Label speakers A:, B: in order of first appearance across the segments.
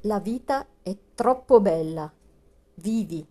A: La vita è troppo bella. Vivi.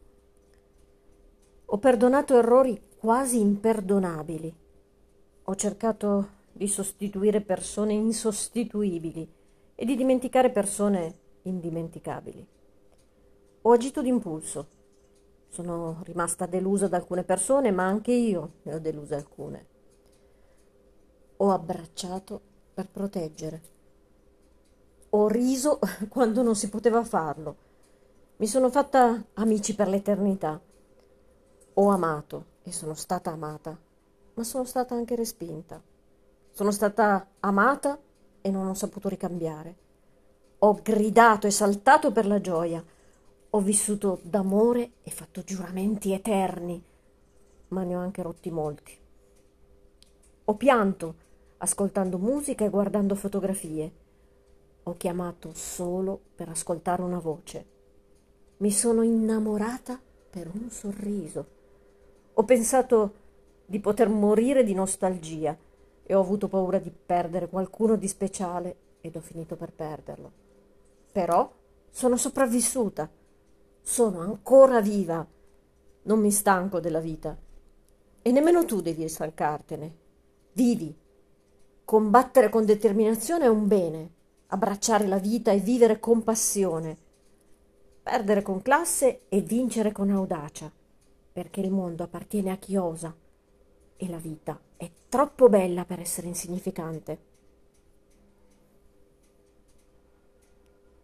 A: Ho perdonato errori quasi imperdonabili. Ho cercato di sostituire persone insostituibili e di dimenticare persone indimenticabili. Ho agito d'impulso. Sono rimasta delusa da alcune persone, ma anche io ne ho deluse alcune. Ho abbracciato per proteggere. Ho riso quando non si poteva farlo. Mi sono fatta amici per l'eternità. Ho amato e sono stata amata, ma sono stata anche respinta. Sono stata amata e non ho saputo ricambiare. Ho gridato e saltato per la gioia. Ho vissuto d'amore e fatto giuramenti eterni, ma ne ho anche rotti molti. Ho pianto ascoltando musica e guardando fotografie. Ho chiamato solo per ascoltare una voce. Mi sono innamorata per un sorriso. Ho pensato di poter morire di nostalgia e ho avuto paura di perdere qualcuno di speciale ed ho finito per perderlo. Però sono sopravvissuta. Sono ancora viva. Non mi stanco della vita. E nemmeno tu devi stancartene. Vivi. Combattere con determinazione è un bene. Abbracciare la vita e vivere con passione. Perdere con classe e vincere con audacia. Perché il mondo appartiene a chi osa e la vita è troppo bella per essere insignificante.